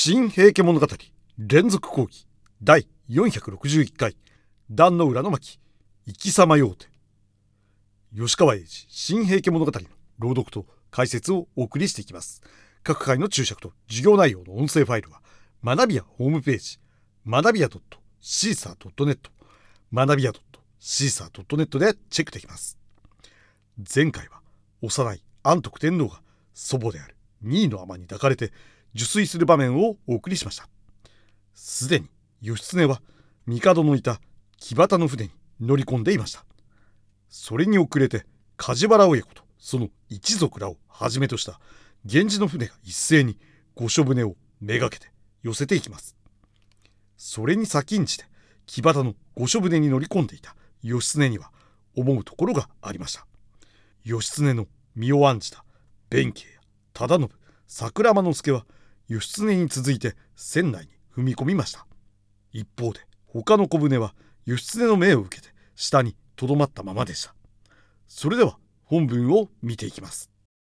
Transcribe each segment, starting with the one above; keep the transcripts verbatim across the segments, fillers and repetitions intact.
新平家物語連続講義だいよんひゃくろくじゅういっかい壇の浦の巻生き様用手吉川英治新平家物語の朗読と解説をお送りしていきます。各回の注釈と授業内容の音声ファイルは学びやホームページ学びや シーサードットネット 学びや シーサードットネット でチェックできます。前回は幼い安徳天皇が祖母である二位の尼に抱かれて受水する場面をお送りしました。すでに義経は帝のいた木端の船に乗り込んでいました。それに遅れて梶原親子とその一族らをはじめとした源氏の船が一斉に御所船をめがけて寄せていきます。それに先んじて木端の御所船に乗り込んでいた義経には思うところがありました。義経の身を案じた弁慶や忠信、桜間之助は義経に続いて船内に踏み込みました。一方で他の小舟は義経の命を受けて下にとどまったままでした。それでは本文を見ていきます。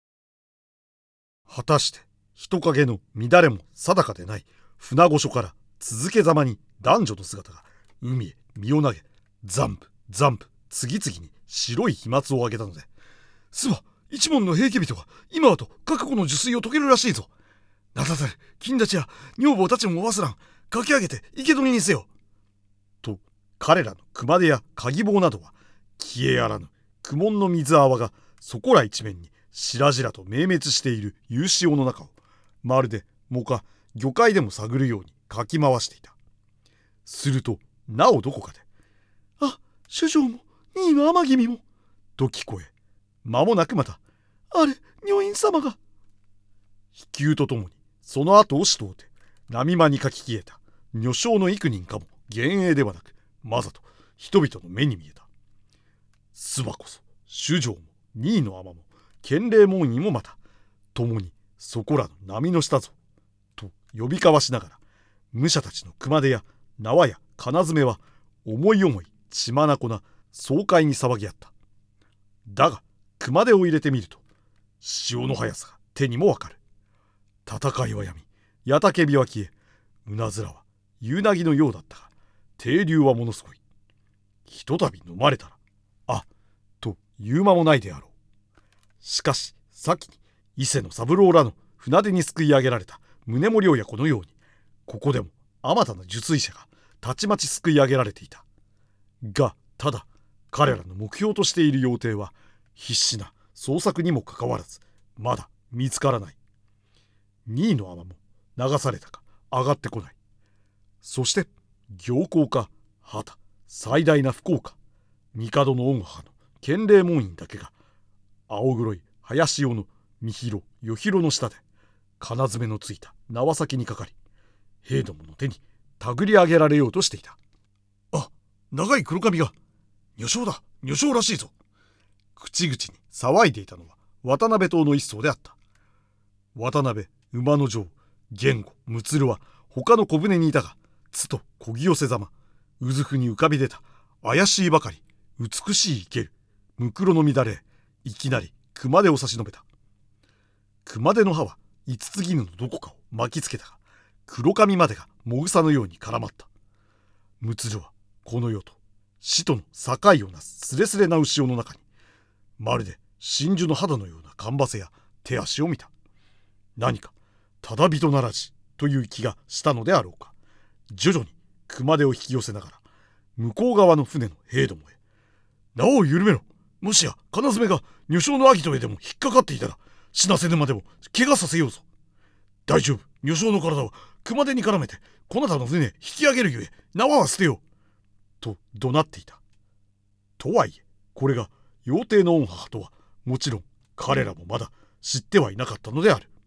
果たして人影の乱れも定かでない船御所から続けざまに男女の姿が海へ身を投げ、残布残布次々に白い飛沫を上げたので、すば一門の平家人が今はと覚悟の受水を解けるらしいぞ。名だたる金立ちや女房たちも忘らん、駆け上げて生け捕りにせよ。と彼らの熊手や鍵棒などは消えあらぬ苦悶の水泡がそこら一面にしらじらと明滅している夕潮の中をまるでもか魚介でも探るようにかき回していた。するとなおどこかで「あ、主上も二位の天君も」と聞こえ、間もなくまた「あれ女院様が」飛球とともにその後をしとうて波間にかき消えた女性の幾人かも幻影ではなくまざと人々の目に見えた。すばこそ主上も二位の尼も建礼門院もまた共にそこらの波の下ぞと呼び交わしながら、武者たちの熊手や縄や金詰めは思い思い血眼な爽快に騒ぎ合った。だが熊手を入れてみると潮の速さが手にもわかる。戦いはやみ、矢たけびは消え、うなずらは夕凪のようだったが停留はものすごい。ひとたび飲まれたらあと言う間もないであろう。しかし先に伊勢の三郎らの船出にすくい上げられた宗盛親子のように、ここでもあまたな受水者がたちまちすくい上げられていた。がただ彼らの目標としている要諦は必死な捜索にもかかわらずまだ見つからない。二位の尼も流されたか上がってこない。そして行幸かはた最大な不幸か、帝の御母の建礼門院だけが青黒い林用の三広与広の下で金詰めのついた縄先にかかり、兵どもの手に手繰り上げられようとしていた。あ、長い黒髪が女性だ、女性らしいぞ。口々に騒いでいたのは渡辺党の一層であった。渡辺、馬の城、源吾、陸奥は他の小舟にいたが、つと漕ぎ寄せざま、うずふに浮かび出た怪しいばかり美しい生けるむくろの乱れ、いきなり熊手を差し伸べた。熊手の刃は五つ絹のどこかを巻きつけたが、黒髪までがもぐさのように絡まった。陸奥はこの世と死との境をなすすれすれな潮の中に、まるで真珠の肌のようなかんばせや手足を見た。何かただ人ならじという気がしたのであろうか、徐々に熊手を引き寄せながら向こう側の船の兵どもへ「縄を緩めろ。もしや金詰が女性のアギトへでも引っかかっていたら死なせぬまでも怪我させようぞ。大丈夫、女性の体は熊手に絡めてこなたの船へ引き上げるゆえ縄は捨てよう」と怒鳴っていた。とはいえこれが妖帝の御母とはもちろん彼らもまだ知ってはいなかったのである。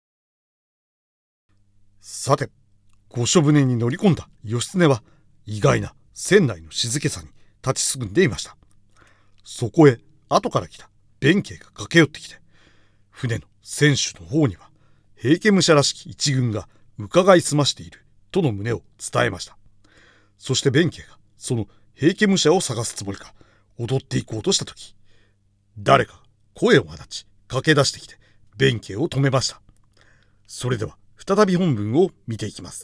さて御所舟に乗り込んだ義経は意外な船内の静けさに立ちすぐんでいました。そこへ後から来た弁慶が駆け寄ってきて、船の船首の方には平家武者らしき一軍が伺いすましているとの旨を伝えました。そして弁慶がその平家武者を探すつもりか踊っていこうとしたとき、誰かが声を放ち駆け出してきて弁慶を止めました。それでは再び本文を見ていきます。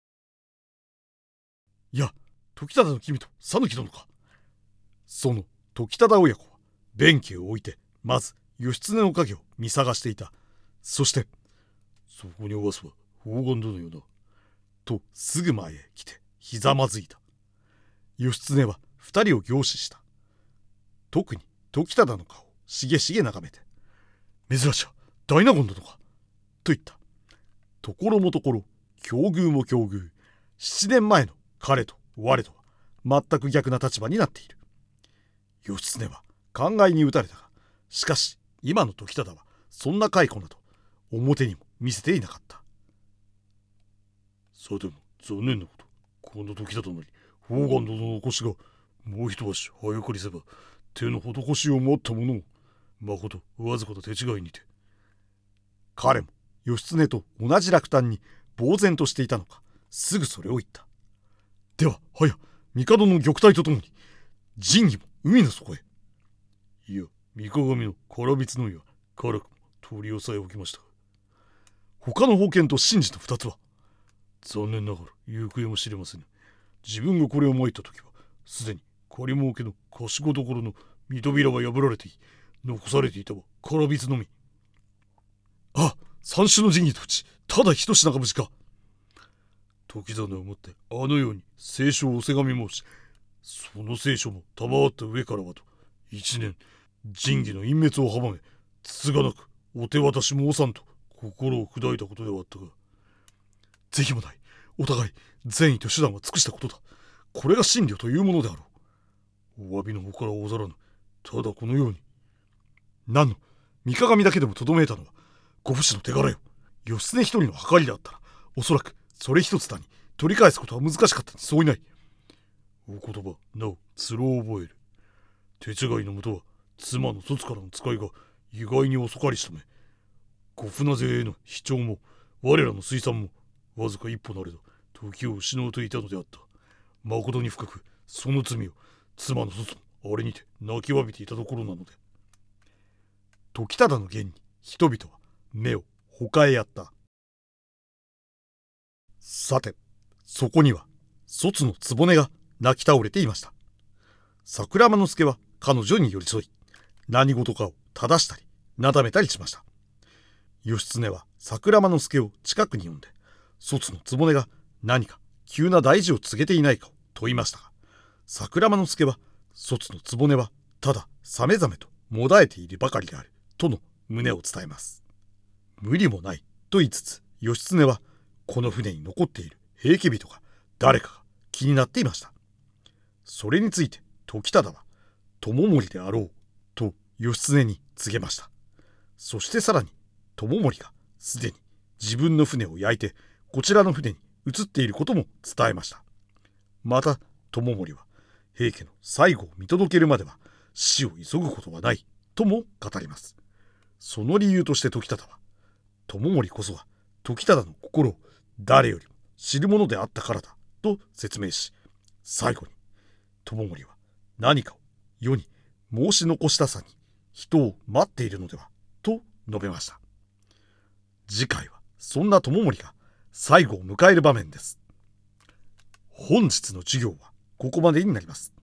いや、時忠の君と讃岐殿か。その時忠親子は弁慶を置いてまず義経の影を見探していた。そしてそこにおわすは宝願殿よなとすぐ前へ来てひざまずいた。義経は二人を凝視した。特に時忠の顔をしげしげ眺めて、珍しや大納言殿かと言った。ところもところ境遇も境遇、七年前の彼と我とは全く逆な立場になっている。義経は考えに打たれたが、しかし今の時忠はそんな解雇など表にも見せていなかった。さても残念なこと、この時忠なり宝願殿のお越しがもう一足早くりせば手の施しを待ったものを、まことわずかな手違いにて。彼も義経と同じ落胆に呆然としていたのか、すぐそれを言った。でははや帝の玉体とともに仁義も海の底へ。いや、三鏡の唐光の湯は辛くも取り押さえおきましたが、他の宝剣と神事の二つは残念ながら行方も知れません。自分がこれを参った時はすでに仮儲けの賢所の見扉は破られてい、残されていたは唐光のみ。あ、三種の神器のうちただ一品が無事か。時真をもってあのように聖書をおせがみ申し、その聖書も賜った上からはと一年神器の隠滅を阻め、つがなくお手渡し申さんと心を砕いたことではあったが、是非もない、お互い善意と手段は尽くしたことだ。これが真理というものであろう。お詫びの方からおざらぬ。ただこのように。何の三鏡だけでもとどめたのはご父子の手柄よ。義経一人の計りであったら、おそらくそれ一つだに取り返すことは難しかったにそういない。お言葉なおつろを覚える。手違いのもとは妻の卒からの使いが意外に遅かりしため、小船勢への主張も我らの推算もわずか一歩なれど時を失うといたのであった。誠に深くその罪を妻の卒もあれにて泣きわびていたところなので。時忠の言に人々は目をほかえやった。さて、そこには卒の局が泣き倒れていました。桜間之助は彼女に寄り添い、何事かを正したりなだめたりしました。義経は桜間之助を近くに呼んで、卒の局が何か急な大事を告げていないかを問いましたが、桜間之助は卒の局はたださめざめともだえているばかりであるとの旨を伝えます。無理もないと言いつつ、義経はこの船に残っている平家人が誰かが気になっていました。それについて時忠は友盛であろうと義経に告げました。そしてさらに友盛がすでに自分の船を焼いてこちらの船に移っていることも伝えました。また友盛は平家の最後を見届けるまでは死を急ぐことはないとも語ります。その理由として時忠は、友盛こそが時忠の心を誰よりも知るものであったからだと説明し、最後に友盛は何かを世に申し残したさに人を待っているのではと述べました。次回はそんな友盛が最後を迎える場面です。本日の授業はここまでになります。